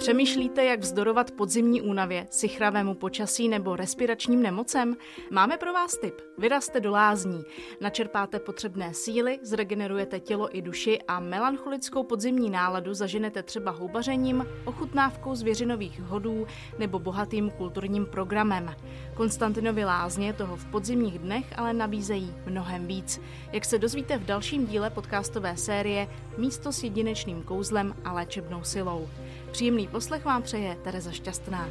Přemýšlíte, jak vzdorovat podzimní únavě, sichravému počasí nebo respiračním nemocem? Máme pro vás tip. Vyrazte do lázní. Načerpáte potřebné síly, zregenerujete tělo i duši a melancholickou podzimní náladu zaženete třeba houbařením, ochutnávkou zvěřinových hodů nebo bohatým kulturním programem. Konstantinovy lázně toho v podzimních dnech ale nabízejí mnohem víc. Jak se dozvíte v dalším díle podcastové série Místo s jedinečným kouzlem a léčebnou silou. Příjemný poslech vám přeje Tereza Šťastná.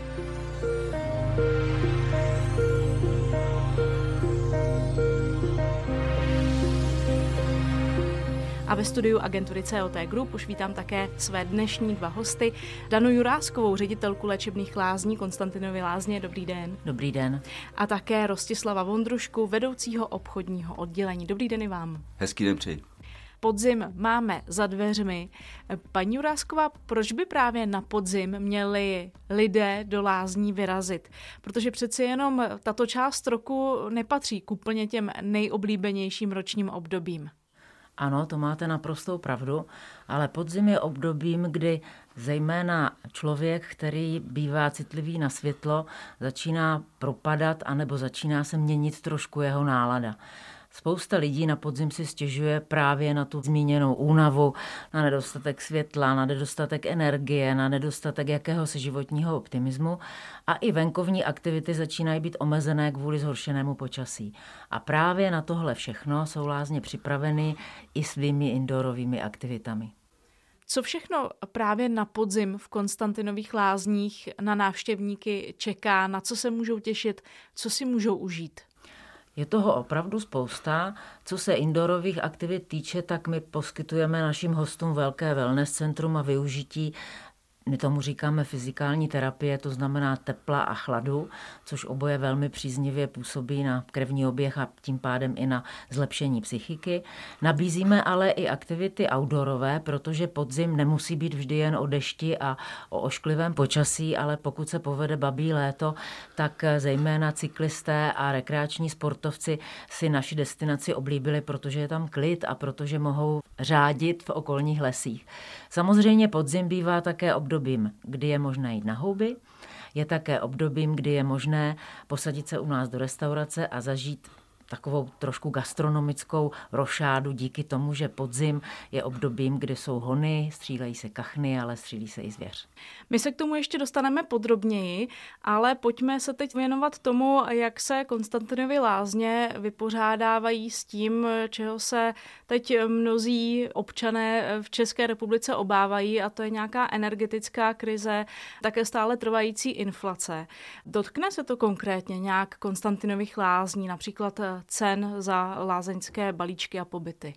A ve studiu agentury COT Group už vítám také své dnešní dva hosty. Danu Juráskovou, ředitelku léčebných lázní Konstantinovy lázně. Dobrý den. Dobrý den. A také Rostislava Vondrušku, vedoucího obchodního oddělení. Dobrý den i vám. Hezký den přeji. Podzim máme za dveřmi. Paní Jurásková, proč by právě na podzim měli lidé do lázní vyrazit? Protože přeci jenom tato část roku nepatří k úplně těm nejoblíbenějším ročním obdobím. Ano, to máte naprostou pravdu, ale podzim je obdobím, kdy zejména člověk, který bývá citlivý na světlo, začíná propadat anebo začíná se měnit trošku jeho nálada. Spousta lidí na podzim si stěžuje právě na tu zmíněnou únavu, na nedostatek světla, na nedostatek energie, na nedostatek jakéhosi životního optimismu a i venkovní aktivity začínají být omezené kvůli zhoršenému počasí. A právě na tohle všechno jsou lázně připraveny i svými indoorovými aktivitami. Co všechno právě na podzim v Konstantinových lázních na návštěvníky čeká, na co se můžou těšit, co si můžou užít? Je toho opravdu spousta. Co se indoorových aktivit týče, tak my poskytujeme našim hostům velké wellness centrum a využití, my tomu říkáme fyzikální terapie, to znamená tepla a chladu, což oboje velmi příznivě působí na krevní oběh a tím pádem i na zlepšení psychiky. Nabízíme ale i aktivity outdoorové, protože podzim nemusí být vždy jen o dešti a o ošklivém počasí, ale pokud se povede babí léto, tak zejména cyklisté a rekreační sportovci si naši destinaci oblíbili, protože je tam klid a protože mohou řádit v okolních lesích. Samozřejmě podzim bývá také obdobím, kdy je možné jít na houby, je také obdobím, kdy je možné posadit se u nás do restaurace a zažít takovou trošku gastronomickou rošádu díky tomu, že podzim je obdobím, kdy jsou hony, střílejí se kachny, ale střílí se i zvěř. My se k tomu ještě dostaneme podrobněji, ale pojďme se teď věnovat tomu, jak se Konstantinovy lázně vypořádávají s tím, čeho se teď mnozí občané v České republice obávají, a to je nějaká energetická krize, také stále trvající inflace. Dotkne se to konkrétně nějak Konstantinových lázní, například cen za lázeňské balíčky a pobyty?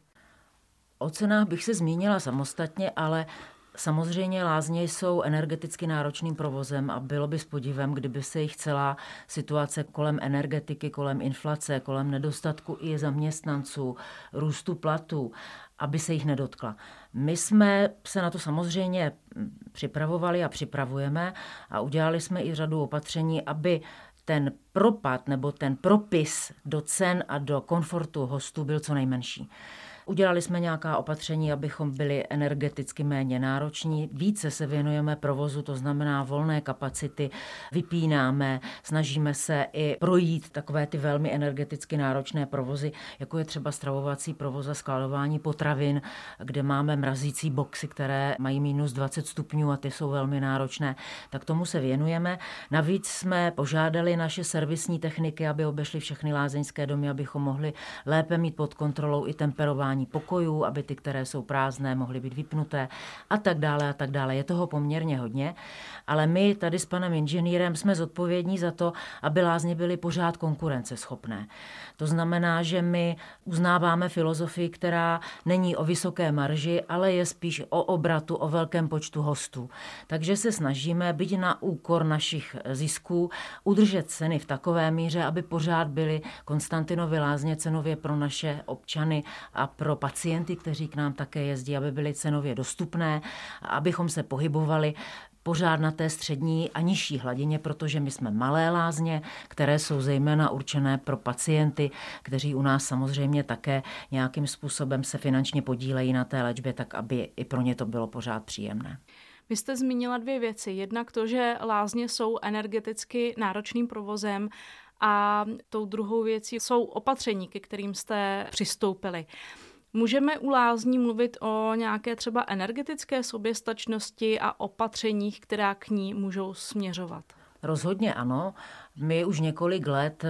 O cenách bych se zmínila samostatně, ale samozřejmě lázně jsou energeticky náročným provozem a bylo by s podivem, kdyby se jich celá situace kolem energetiky, kolem inflace, kolem nedostatku i zaměstnanců, růstu platů, aby se jich nedotkla. My jsme se na to samozřejmě připravovali a připravujeme a udělali jsme i řadu opatření, aby ten propad nebo ten propis do cen a do komfortu hostů byl co nejmenší. Udělali jsme nějaká opatření, abychom byli energeticky méně nároční. Více se věnujeme provozu, to znamená volné kapacity, vypínáme, snažíme se i projít takové ty velmi energeticky náročné provozy, jako je třeba stravovací provoz a skladování potravin, kde máme mrazící boxy, které mají minus 20 stupňů a ty jsou velmi náročné. Tak tomu se věnujeme. Navíc jsme požádali naše servisní techniky, aby obešly všechny lázeňské domy, abychom mohli lépe mít pod kontrolou i temperování pokojů, aby ty, které jsou prázdné, mohly být vypnuté a tak dále a tak dále. Je toho poměrně hodně, ale my tady s panem inženýrem jsme zodpovědní za to, aby lázně byly pořád konkurenceschopné. To znamená, že my uznáváme filozofii, která není o vysoké marži, ale je spíš o obratu, o velkém počtu hostů. Takže se snažíme, byť na úkor našich zisků, udržet ceny v takové míře, aby pořád byly Konstantinovy lázně cenově pro naše občany a pro pacienty, kteří k nám také jezdí, aby byly cenově dostupné, abychom se pohybovali pořád na té střední a nižší hladině, protože my jsme malé lázně, které jsou zejména určené pro pacienty, kteří u nás samozřejmě také nějakým způsobem se finančně podílejí na té léčbě, tak aby i pro ně to bylo pořád příjemné. Vy jste zmínila 2 věci. Jednak to, že lázně jsou energeticky náročným provozem a tou druhou věcí jsou opatření, ke kterým jste přistoupili. Můžeme u lázní mluvit o nějaké třeba energetické soběstačnosti a opatřeních, která k ní můžou směřovat? Rozhodně ano. My už několik let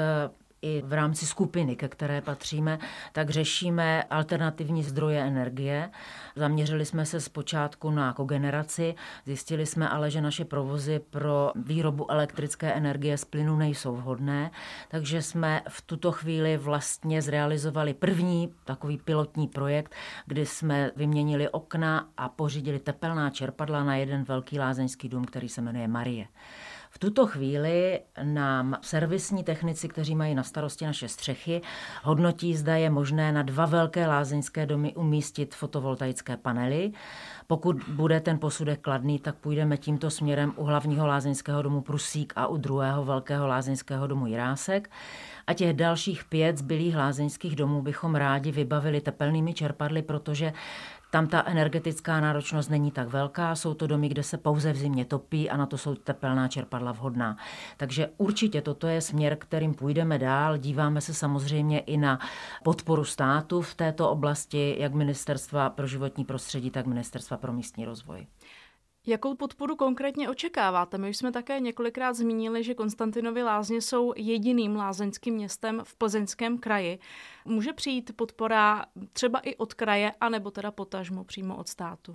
i v rámci skupiny, ke které patříme, tak řešíme alternativní zdroje energie. Zaměřili jsme se zpočátku na kogeneraci, zjistili jsme ale, že naše provozy pro výrobu elektrické energie z plynu nejsou vhodné, takže jsme v tuto chvíli vlastně zrealizovali první takový pilotní projekt, kdy jsme vyměnili okna a pořídili tepelná čerpadla na jeden velký lázeňský dům, který se jmenuje Marie. V tuto chvíli nám servisní technici, kteří mají na starosti naše střechy, hodnotí, zda je možné na 2 velké lázeňské domy umístit fotovoltaické panely. Pokud bude ten posudek kladný, tak půjdeme tímto směrem u hlavního lázeňského domu Prusík a u druhého velkého lázeňského domu Jirásek. A těch dalších 5 zbylých lázeňských domů bychom rádi vybavili tepelnými čerpadly, protože tam ta energetická náročnost není tak velká, jsou to domy, kde se pouze v zimě topí a na to jsou tepelná čerpadla vhodná. Takže určitě toto je směr, kterým půjdeme dál. Díváme se samozřejmě i na podporu státu v této oblasti, jak Ministerstva pro životní prostředí, tak Ministerstva pro místní rozvoj. Jakou podporu konkrétně očekáváte? My už jsme také několikrát zmínili, že Konstantinovy lázně jsou jediným lázeňským městem v Plzeňském kraji. Může přijít podpora třeba i od kraje, anebo teda potažmo přímo od státu?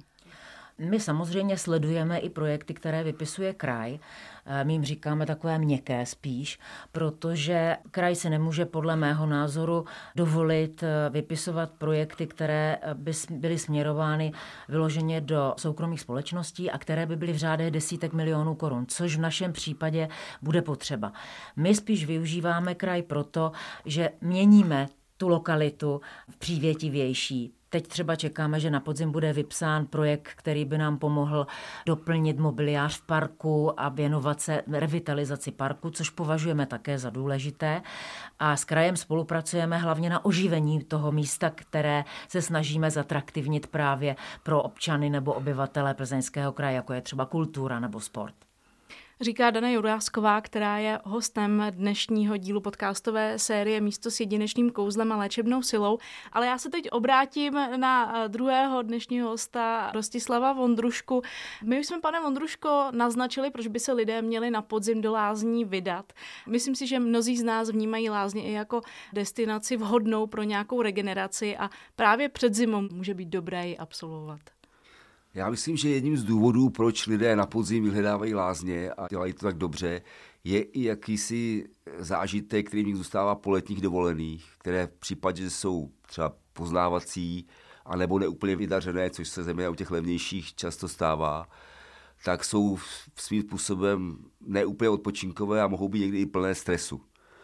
My samozřejmě sledujeme i projekty, které vypisuje kraj. My jim říkáme takové měkké spíš, protože kraj se nemůže podle mého názoru dovolit vypisovat projekty, které by byly směrovány vyloženě do soukromých společností a které by byly v řádech desítek milionů korun, což v našem případě bude potřeba. My spíš využíváme kraj proto, že měníme tu lokalitu v přívětivější. Teď třeba čekáme, že na podzim bude vypsán projekt, který by nám pomohl doplnit mobiliář v parku a věnovat se revitalizaci parku, což považujeme také za důležité. A s krajem spolupracujeme hlavně na oživení toho místa, které se snažíme zatraktivnit právě pro občany nebo obyvatele Plzeňského kraje, jako je třeba kultura nebo sport. Říká Dana Jurásková, která je hostem dnešního dílu podcastové série Místo s jedinečným kouzlem a léčebnou silou. Ale já se teď obrátím na druhého dnešního hosta, Rostislava Vondrušku. My už jsme, pane Vondruško, naznačili, proč by se lidé měli na podzim do lázní vydat. Myslím si, že mnozí z nás vnímají lázně i jako destinaci vhodnou pro nějakou regeneraci a právě před zimou může být dobré ji absolvovat. Já myslím, že jedním z důvodů, proč lidé na podzim vyhledávají lázně a dělají to tak dobře, je i jakýsi zážitek, který v nich zůstává po letních dovolených, které v případě, že jsou třeba poznávací a nebo neúplně vydařené, což se zejména u těch levnějších často stává, tak jsou svým způsobem neúplně odpočinkové a mohou být někdy i plné stresu.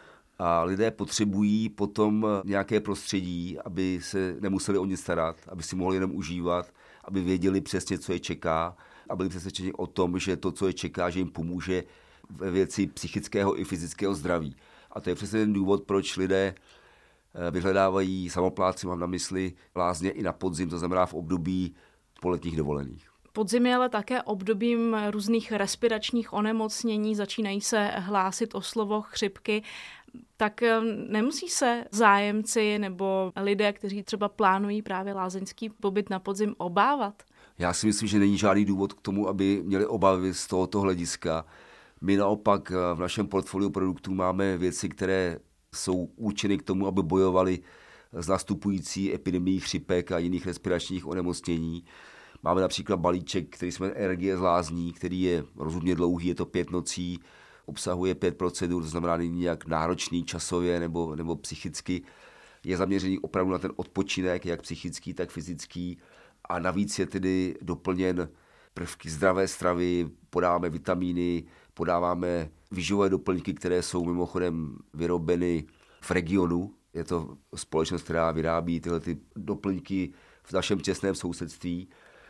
A lidé potřebují potom nějaké prostředí, aby se nemuseli o nic starat, aby si mohli jenom užívat, aby věděli přesně, co je čeká a byli přesvědčeni o tom, že to, co je čeká, že jim pomůže ve věci psychického i fyzického zdraví. A to je přesně ten důvod, proč lidé vyhledávají samopláci, mám na mysli, lázně i na podzim, to znamená v období poletních dovolených. Podzim je ale také obdobím různých respiračních onemocnění, začínají se hlásit o slovo chřipky. Tak nemusí se zájemci nebo lidé, kteří třeba plánují právě lázeňský pobyt na podzim, obávat? Já si myslím, že není žádný důvod k tomu, aby měli obavy z tohoto hlediska. My naopak v našem portfoliu produktů máme věci, které jsou určeny k tomu, aby bojovali s nastupující epidemií chřipek a jiných respiračních onemocnění. Máme například balíček, který jsme energie z lázní, který je rozhodně dlouhý, je to 5 nocí, obsahuje 5 procedur, to znamená není nějak náročný časově nebo psychicky. Je zaměřený opravdu na ten odpočinek, jak psychický, tak fyzický. A navíc je tedy doplněn prvky zdravé stravy, podáváme vitamíny, podáváme výživové doplňky, které jsou mimochodem vyrobeny v regionu. Je to společnost, která vyrábí tyhle ty doplňky v našem těsném sousedství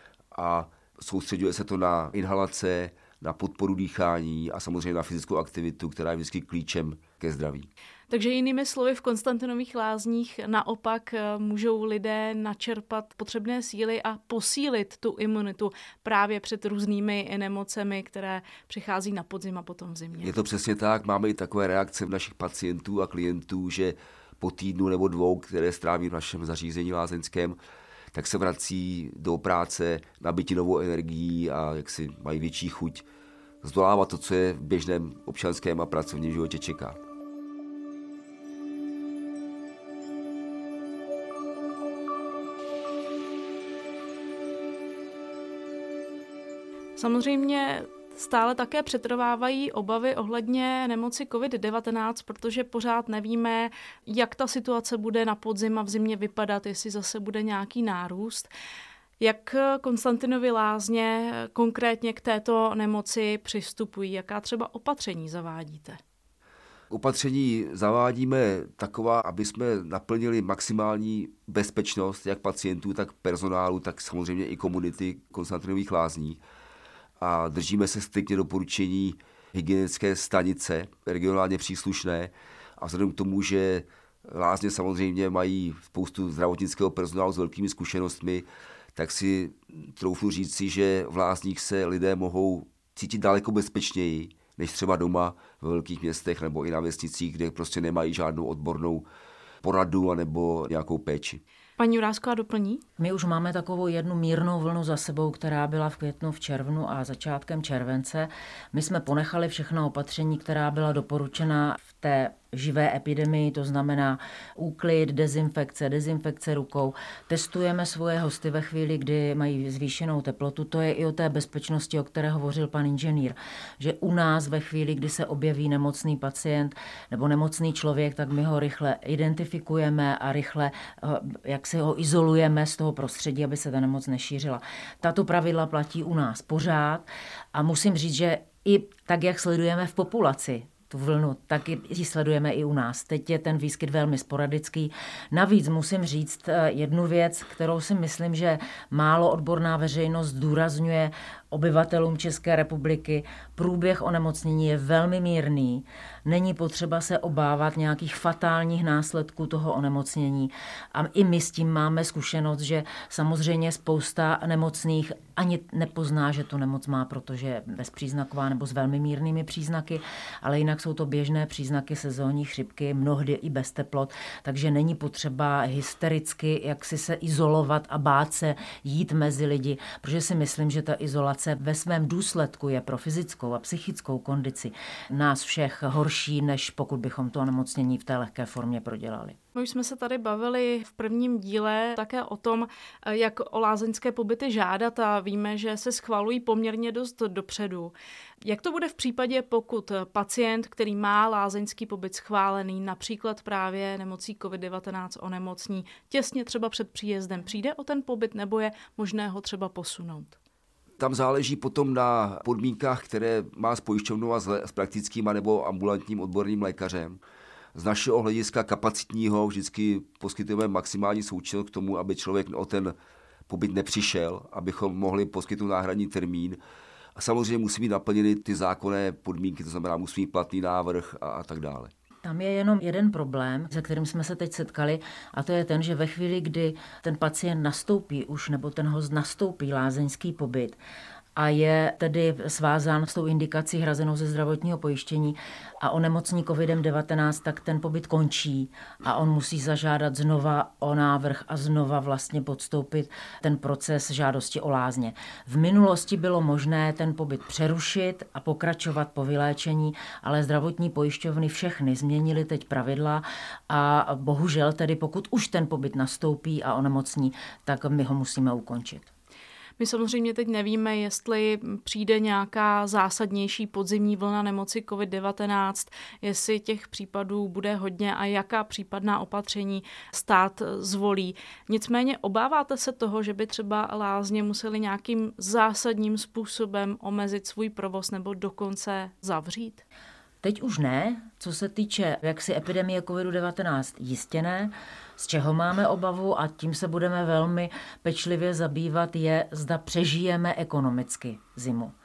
a soustředuje se to na inhalace, na podporu dýchání a samozřejmě na fyzickou aktivitu, která je vždycky klíčem ke zdraví. Takže jinými slovy v Konstantinových Lázních naopak můžou lidé načerpat potřebné síly a posílit tu imunitu právě před různými nemocemi, které přichází na podzim a potom v zimě. Je to přesně tak, máme i takové reakce našich pacientů a klientů, že po týdnu nebo 2, které stráví v našem zařízení lázeňském, tak se vrací do práce nabití novou energií a jak si mají větší chuť zdolávat to, co je v běžném občanském a pracovním životě čeká. Samozřejmě stále také přetrvávají obavy ohledně nemoci COVID-19, protože pořád nevíme, jak ta situace bude na podzim a v zimě vypadat, jestli zase bude nějaký nárůst. Jak Konstantinovy Lázně konkrétně k této nemoci přistupují? Jaká třeba opatření zavádíte? Opatření zavádíme taková, aby jsme naplnili maximální bezpečnost jak pacientů, tak personálu, tak samozřejmě i komunity Konstantinových Lázní. A držíme se striktně doporučení hygienické stanice, regionálně příslušné. A vzhledem k tomu, že lázně samozřejmě mají spoustu zdravotnického personálu s velkými zkušenostmi, tak si troufnu říci, že v lázních se lidé mohou cítit daleko bezpečněji, než třeba doma ve velkých městech nebo i na vesnicích, kde prostě nemají žádnou odbornou poradu nebo nějakou péči. Paní Jurásková doplní? My už máme takovou jednu mírnou vlnu za sebou, která byla v květnu, v červnu a začátkem července. My jsme ponechali všechna opatření, která byla doporučena v té živé epidemii, to znamená úklid, dezinfekce rukou. Testujeme svoje hosty ve chvíli, kdy mají zvýšenou teplotu. To je i o té bezpečnosti, o které hovořil pan inženýr. Že u nás ve chvíli, kdy se objeví nemocný pacient nebo nemocný člověk, tak my ho rychle identifikujeme a rychle jak si ho izolujeme z toho prostředí, aby se ta nemoc nešířila. Tato pravidla platí u nás pořád a musím říct, že i tak, jak sledujeme v populaci tu vlnu, tak ji sledujeme i u nás. Teď je ten výskyt velmi sporadický. Navíc musím říct jednu věc, kterou si myslím, že málo odborná veřejnost zdůrazňuje obyvatelům České republiky. Průběh onemocnění je velmi mírný. Není potřeba se obávat nějakých fatálních následků toho onemocnění. A i my s tím máme zkušenost, že samozřejmě spousta nemocných ani nepozná, že tu nemoc má, protože je bezpříznaková nebo s velmi mírnými příznaky, ale jinak jsou to běžné příznaky sezónní chřipky, mnohdy i bez teplot, takže není potřeba hystericky jak si se izolovat a bát se jít mezi lidi, protože si myslím, že ta izolace ve svém důsledku je pro fyzickou a psychickou kondici nás všech horší, než pokud bychom to onemocnění v té lehké formě prodělali. My už jsme se tady bavili v prvním díle také o tom, jak o lázeňské pobyty žádat a víme, že se schvalují poměrně dost dopředu. Jak to bude v případě, pokud pacient, který má lázeňský pobyt schválený, například právě nemocí COVID-19 onemocní, těsně třeba před příjezdem, přijde o ten pobyt nebo je možné ho třeba posunout? Tam záleží potom na podmínkách, které má s pojišťovnou a s praktickým nebo ambulantním odborným lékařem. Z našeho hlediska kapacitního vždycky poskytujeme maximální součinnost k tomu, aby člověk o ten pobyt nepřišel, abychom mohli poskytnout náhradní termín. A samozřejmě musí být naplněny ty zákonné podmínky, to znamená musí mít platný návrh a tak dále. Tam je jenom jeden problém, se kterým jsme se teď setkali, a to je ten, že ve chvíli, kdy ten pacient nastoupí už, nebo ten host nastoupí lázeňský pobyt a je tedy svázán s tou indikací hrazenou ze zdravotního pojištění a onemocní COVID-19, tak ten pobyt končí a on musí zažádat znova o návrh a znova vlastně podstoupit ten proces žádosti o lázně. V minulosti bylo možné ten pobyt přerušit a pokračovat po vyléčení, ale zdravotní pojišťovny všechny změnily teď pravidla a bohužel tedy pokud už ten pobyt nastoupí a onemocní, tak my ho musíme ukončit. My samozřejmě teď nevíme, jestli přijde nějaká zásadnější podzimní vlna nemoci COVID-19, jestli těch případů bude hodně a jaká případná opatření stát zvolí. Nicméně obáváte se toho, že by třeba lázně museli nějakým zásadním způsobem omezit svůj provoz nebo dokonce zavřít? Teď už ne, co se týče jaksi epidemie COVID-19, jistě ne. Z čeho máme obavu a tím se budeme velmi pečlivě zabývat je, zda přežijeme ekonomicky zimu.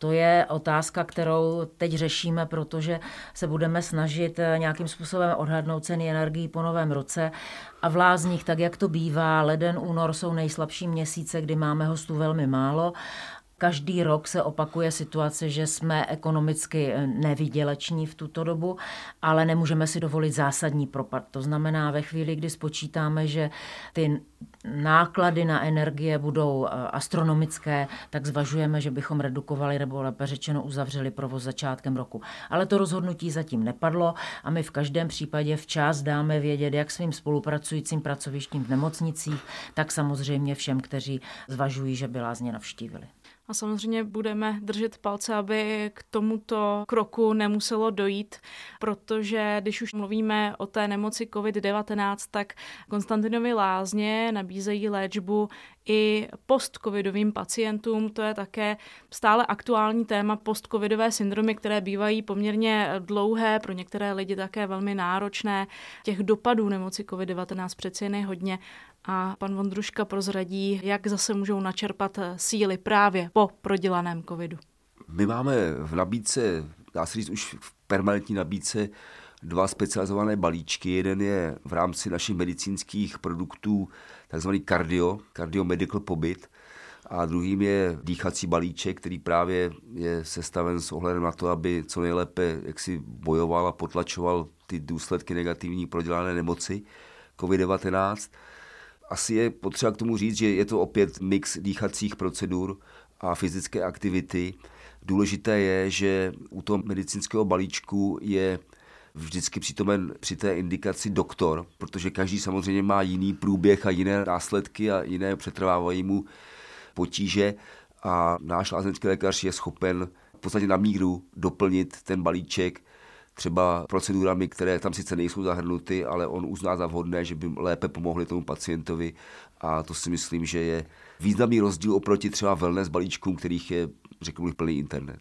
To je otázka, kterou teď řešíme, protože se budeme snažit nějakým způsobem odhadnout ceny energií po novém roce. A v lázních, tak jak to bývá, leden, únor jsou nejslabší měsíce, kdy máme hostů velmi málo. Každý rok se opakuje situace, že jsme ekonomicky nevýděleční v tuto dobu, ale nemůžeme si dovolit zásadní propad. To znamená, ve chvíli, kdy spočítáme, že ty náklady na energie budou astronomické, tak zvažujeme, že bychom redukovali nebo lépe řečeno uzavřeli provoz začátkem roku. Ale to rozhodnutí zatím nepadlo a my v každém případě včas dáme vědět jak svým spolupracujícím pracovištím v nemocnicích, tak samozřejmě všem, kteří zvažují, že by lázně navštívili. A samozřejmě budeme držet palce, aby k tomuto kroku nemuselo dojít, protože když už mluvíme o té nemoci COVID-19, tak Konstantinovy lázně nabízejí léčbu i post-covidovým pacientům. To je také stále aktuální téma post-covidové syndromy, které bývají poměrně dlouhé, pro některé lidi také velmi náročné. Těch dopadů nemoci COVID-19 přeci jen je hodně. A pan Vondruška prozradí, jak zase můžou načerpat síly právě po prodělaném covidu. My máme v nabídce, dá se říct už v permanentní nabídce, 2 specializované balíčky. Jeden je v rámci našich medicínských produktů takzvaný cardio medical pobyt a druhým je dýchací balíček, který právě je sestaven s ohledem na to, aby co nejlépe jaksi bojoval a potlačoval ty důsledky negativní prodělané nemoci COVID-19. Asi je potřeba k tomu říct, že je to opět mix dýchacích procedur a fyzické aktivity. Důležité je, že u toho medicínského balíčku je vždycky přítomen při té indikaci doktor, protože každý samozřejmě má jiný průběh a jiné následky a jiné přetrvávají mu potíže a náš lázeňský lékař je schopen v podstatě na míru doplnit ten balíček třeba procedurami, které tam sice nejsou zahrnuty, ale on uzná za vhodné, že by lépe pomohly tomu pacientovi a to si myslím, že je významný rozdíl oproti třeba wellness balíčkům, kterých je, řekl bych, plný internet.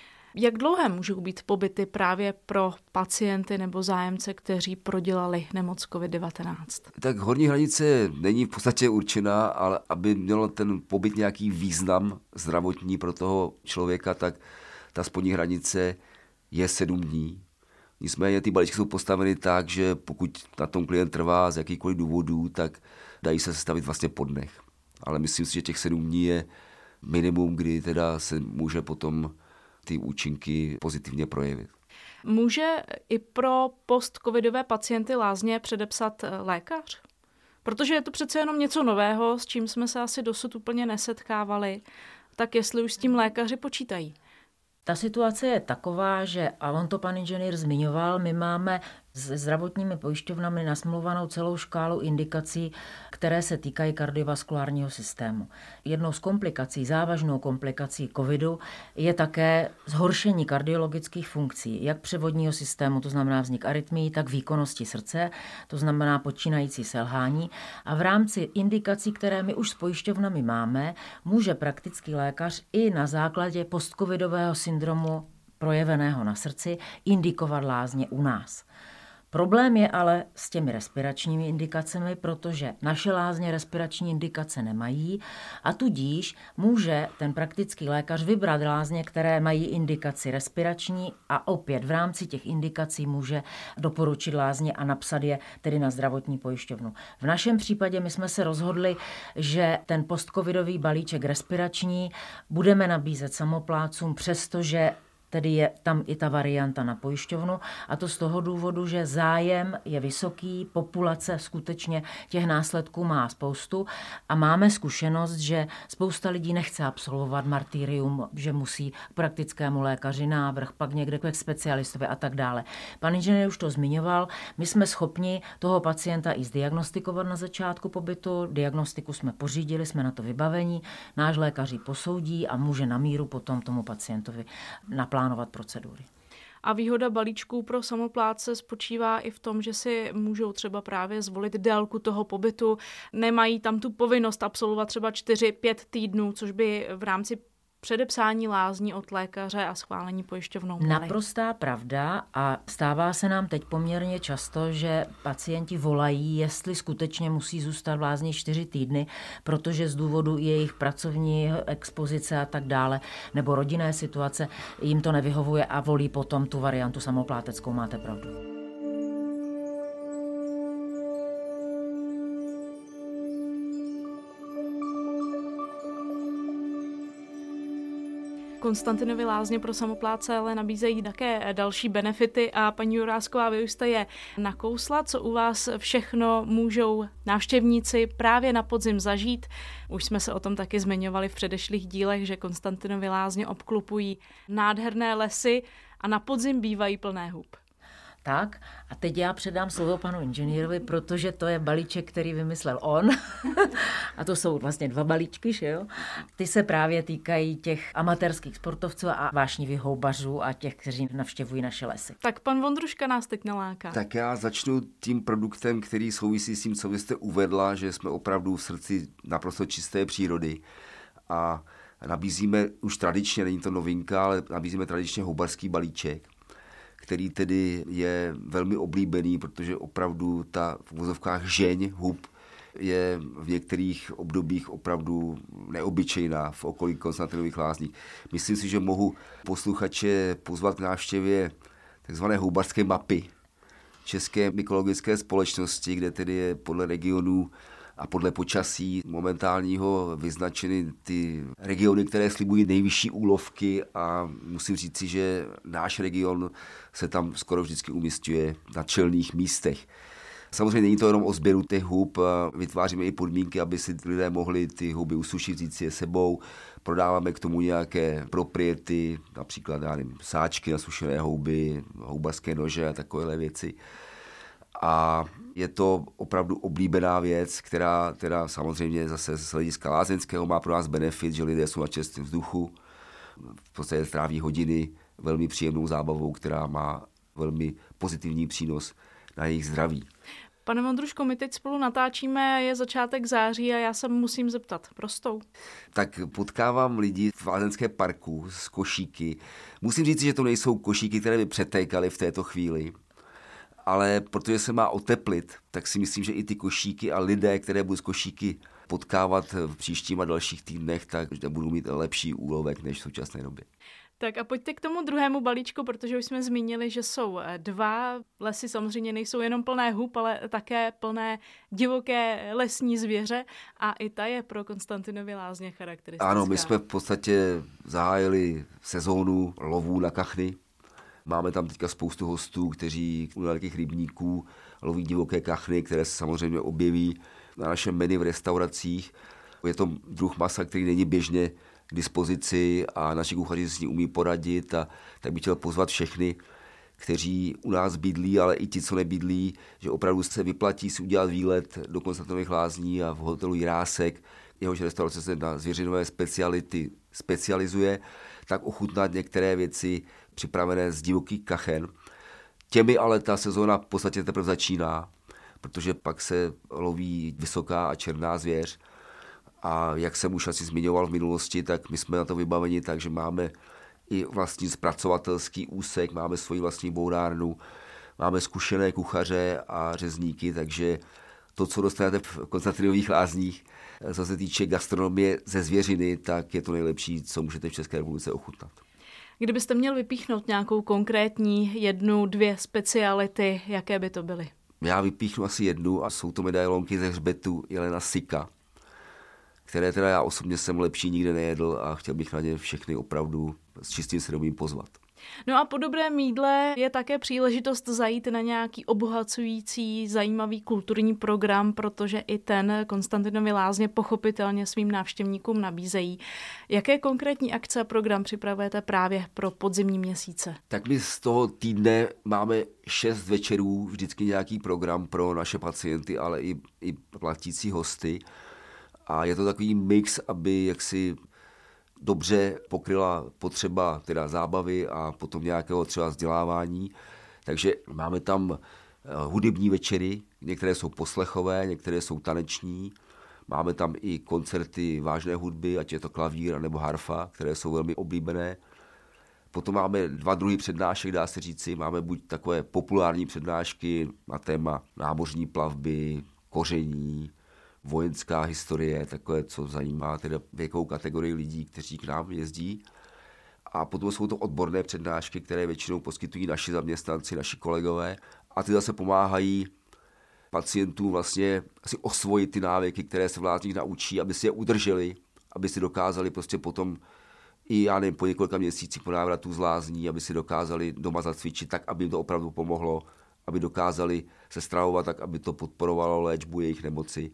Jak dlouhé můžou být pobyty právě pro pacienty nebo zájemce, kteří prodělali nemoc COVID-19? Tak horní hranice není v podstatě určená, ale aby mělo ten pobyt nějaký význam zdravotní pro toho člověka, tak ta spodní hranice je 7 dní. Nicméně ty balíčky jsou postaveny tak, že pokud na tom klient trvá z jakýchkoliv důvodů, tak dají se sestavit vlastně po dnech. Ale myslím si, že těch 7 dní je minimum, kdy teda se může potom ty účinky pozitivně projevit. Může i pro post-covidové pacienty lázně předepsat lékař? Protože je to přece jenom něco nového, s čím jsme se asi dosud úplně nesetkávali. Tak jestli už s tím lékaři počítají? Ta situace je taková, že, a on to pan inženýr zmiňoval, my máme se zdravotními pojišťovnami nasmluvanou celou škálu indikací, které se týkají kardiovaskulárního systému. Jednou z komplikací, závažnou komplikací covidu je také zhoršení kardiologických funkcí, jak převodního systému, to znamená vznik arytmií, tak výkonnosti srdce, to znamená počínající selhání. A v rámci indikací, které my už s pojišťovnami máme, může praktický lékař i na základě postcovidového syndromu projeveného na srdci indikovat lázně u nás. Problém je ale s těmi respiračními indikacemi, protože naše lázně respirační indikace nemají a tudíž může ten praktický lékař vybrat lázně, které mají indikaci respirační a opět v rámci těch indikací může doporučit lázně a napsat je tedy na zdravotní pojišťovnu. V našem případě my jsme se rozhodli, že ten postcovidový balíček respirační budeme nabízet samoplátcům, přestože tedy je tam i ta varianta na pojišťovnu a to z toho důvodu, že zájem je vysoký, populace skutečně těch následků má spoustu a máme zkušenost, že spousta lidí nechce absolvovat martyrium, že musí k praktickému lékaři návrh, pak někde k specialistovi a tak dále. Pan inženýr už to zmiňoval, my jsme schopni toho pacienta i zdiagnostikovat na začátku pobytu, diagnostiku jsme pořídili, jsme na to vybavení, náš lékař ji posoudí a může na míru potom tomu pacientovi naplánovat procedury. A výhoda balíčků pro samoplátce spočívá i v tom, že si můžou třeba právě zvolit délku toho pobytu. Nemají tam tu povinnost absolvovat třeba 4-5 týdnů, což by v rámci předepsání lázní od lékaře a schválení pojišťovnou měli. Naprostá pravda a stává se nám teď poměrně často, že pacienti volají, jestli skutečně musí zůstat v lázni 4 týdny, protože z důvodu jejich pracovní expozice a tak dále, nebo rodinné situace jim to nevyhovuje a volí potom tu variantu samopláteckou, máte pravdu. Konstantinovy lázně pro samoplátce ale nabízejí také další benefity a paní Jurásková, vy už jste je nakousla, co u vás všechno můžou návštěvníci právě na podzim zažít. Už jsme se o tom taky zmiňovali v předešlých dílech, že Konstantinovy lázně obklopují nádherné lesy a na podzim bývají plné hub. Tak a teď já předám slovo panu inženýrovi, protože to je balíček, který vymyslel on. A to jsou vlastně 2 balíčky, že jo? Ty se právě týkají těch amatérských sportovců a vášnivých houbařů a těch, kteří navštěvují naše lesy. Tak pan Vondruška nás teď naláká. Tak já začnu tím produktem, který souvisí s tím, co vy jste uvedla, že jsme opravdu v srdci naprosto čisté přírody a nabízíme už tradičně, není to novinka, ale nabízíme tradičně houbařský balíček, který tedy je velmi oblíbený, protože opravdu ta v uvozovkách žeň hub je v některých obdobích opravdu neobyčejná v okolí Konstantinových lázní. Myslím si, že mohu posluchače pozvat k návštěvě takzvané houbařské mapy České mykologické společnosti, kde tedy je podle regionů a podle počasí momentálního vyznačeny ty regiony, které slibují nejvyšší úlovky a musím říci, že náš region se tam skoro vždycky umísťuje na čelných místech. Samozřejmě není to jenom o sběru těch hub, vytváříme i podmínky, aby si lidé mohli ty huby usušit, vzít si je sebou, prodáváme k tomu nějaké propriety, například sáčky na sušené houby, houbařské nože a takovéhle věci. A je to opravdu oblíbená věc, která teda samozřejmě zase z hlediska lázeňského má pro nás benefit, že lidé jsou na čerstvém vzduchu, v podstatě tráví hodiny velmi příjemnou zábavou, která má velmi pozitivní přínos na jejich zdraví. Pane Vondruško, my teď spolu natáčíme, je začátek září a já se musím zeptat, prostou? Tak potkávám lidi v lázeňském parku s košíky. Musím říct, že to nejsou košíky, které by přetékaly v této chvíli, ale protože se má oteplit, tak si myslím, že i ty košíky a lidé, které budou z košíky potkávat v příštím a dalších týdnech, tak budou mít lepší úlovek než v současné době. Tak a pojďte k tomu druhému balíčku, protože už jsme zmínili, že jsou 2 lesy, samozřejmě nejsou jenom plné hub, ale také plné divoké lesní zvěře a i ta je pro Konstantinovy lázně charakteristická. Ano, my jsme v podstatě zahájili sezónu lovů na kachny. Máme tam teďka spoustu hostů, kteří u velkých rybníků loví divoké kachny, které se samozřejmě objeví na našem menu v restauracích. Je to druh masa, který není běžně k dispozici a naši kuchaři s ní umí poradit a tak bych chtěl pozvat všechny, kteří u nás bydlí, ale i ti, co nebydlí, že opravdu se vyplatí si udělat výlet do Konstantinových lázní a v hotelu Jirásek, jehož restaurace se na zvěřinové speciality specializuje, tak ochutnat některé věci připravené z divokých kachen. Těmi ale ta sezóna v podstatě teprve začíná, protože pak se loví vysoká a černá zvěř. A jak jsem už asi zmiňoval v minulosti, tak my jsme na to vybaveni, takže máme i vlastní zpracovatelský úsek, máme svoji vlastní bourárnu, máme zkušené kuchaře a řezníky, takže to, co dostanete v Konstantinových lázních, co se týče gastronomie ze zvěřiny, tak je to nejlepší, co můžete v České republice ochutnat. Kdybyste měl vypíchnout nějakou konkrétní 1, 2 speciality, jaké by to byly? Já vypíchnu asi 1 a jsou to medailonky ze hřbetu jelena sika, které teda já osobně jsem lepší nikde nejedl a chtěl bych na ně všechny opravdu s čistým svědomím pozvat. No a po dobrém jídle je také příležitost zajít na nějaký obohacující, zajímavý kulturní program, protože i ten Konstantinovy lázně pochopitelně svým návštěvníkům nabízejí. Jaké konkrétní akce a program připravujete právě pro podzimní měsíce? Tak my z toho týdne máme 6 večerů, vždycky nějaký program pro naše pacienty, ale i platící hosty. A je to takový mix, aby jaksi dobře pokryla potřeba teda zábavy a potom nějakého třeba vzdělávání. Takže máme tam hudební večery, některé jsou poslechové, některé jsou taneční. Máme tam i koncerty vážné hudby, ať je to klavír nebo harfa, které jsou velmi oblíbené. Potom máme 2 druhy přednášek, dá se říci. Máme buď takové populární přednášky na téma námořní plavby, koření, vojenská historie, takové, co zajímá teda věkovou kategorii lidí, kteří k nám jezdí. A potom jsou to odborné přednášky, které většinou poskytují naši zaměstnanci, naši kolegové. A ty zase pomáhají pacientům vlastně si osvojit ty návyky, které se v lázních naučí, aby si je udrželi, aby si dokázali prostě potom i já nevím, po několika měsících po návratu z lázní, aby si dokázali doma zacvičit tak, aby jim to opravdu pomohlo, aby dokázali se stravovat tak, aby to podporovalo léčbu jejich nemoci.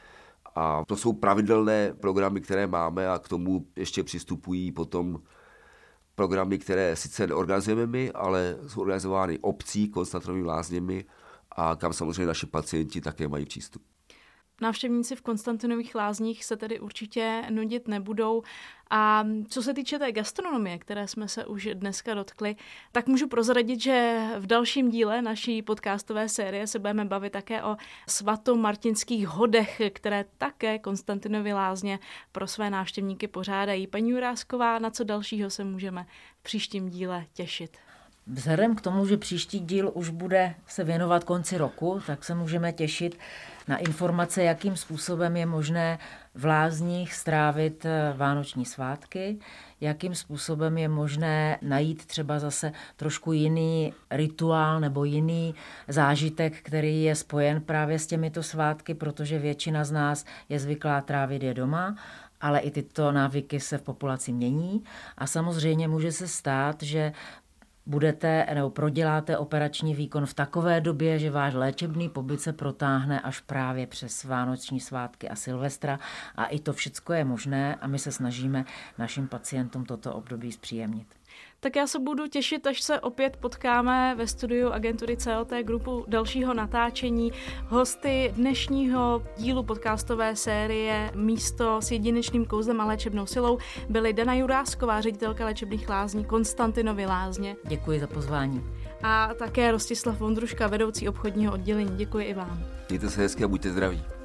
A to jsou pravidelné programy, které máme a k tomu ještě přistupují potom programy, které sice neorganizujeme my, ale jsou organizovány obcí, Konstantinovými lázněmi a kam samozřejmě naši pacienti také mají přístup. Návštěvníci v Konstantinových lázních se tedy určitě nudit nebudou. A co se týče té gastronomie, které jsme se už dneska dotkli, tak můžu prozradit, že v dalším díle naší podcastové série se budeme bavit také o svatomartinských hodech, které také Konstantinovy lázně pro své návštěvníky pořádají. Paní Jurásková, na co dalšího se můžeme v příštím díle těšit? Vzhledem k tomu, že příští díl už bude se věnovat konci roku, tak se můžeme těšit na informace, jakým způsobem je možné v lázních strávit vánoční svátky, jakým způsobem je možné najít třeba zase trošku jiný rituál nebo jiný zážitek, který je spojen právě s těmito svátky, protože většina z nás je zvyklá trávit je doma, ale i tyto návyky se v populaci mění a samozřejmě může se stát, že budete nebo proděláte operační výkon v takové době, že váš léčebný pobyt se protáhne až právě přes vánoční svátky a Silvestra a i to všecko je možné a my se snažíme našim pacientům toto období zpříjemnit. Tak já se budu těšit, až se opět potkáme ve studiu agentury COT Groupu dalšího natáčení. Hosty dnešního dílu podcastové série Místo s jedinečným kouzlem a léčebnou silou byly Dana Jurásková, ředitelka léčebných lázní Konstantinovy lázně. Děkuji za pozvání. A také Rostislav Vondruška, vedoucí obchodního oddělení. Děkuji i vám. Mějte se hezky a buďte zdraví.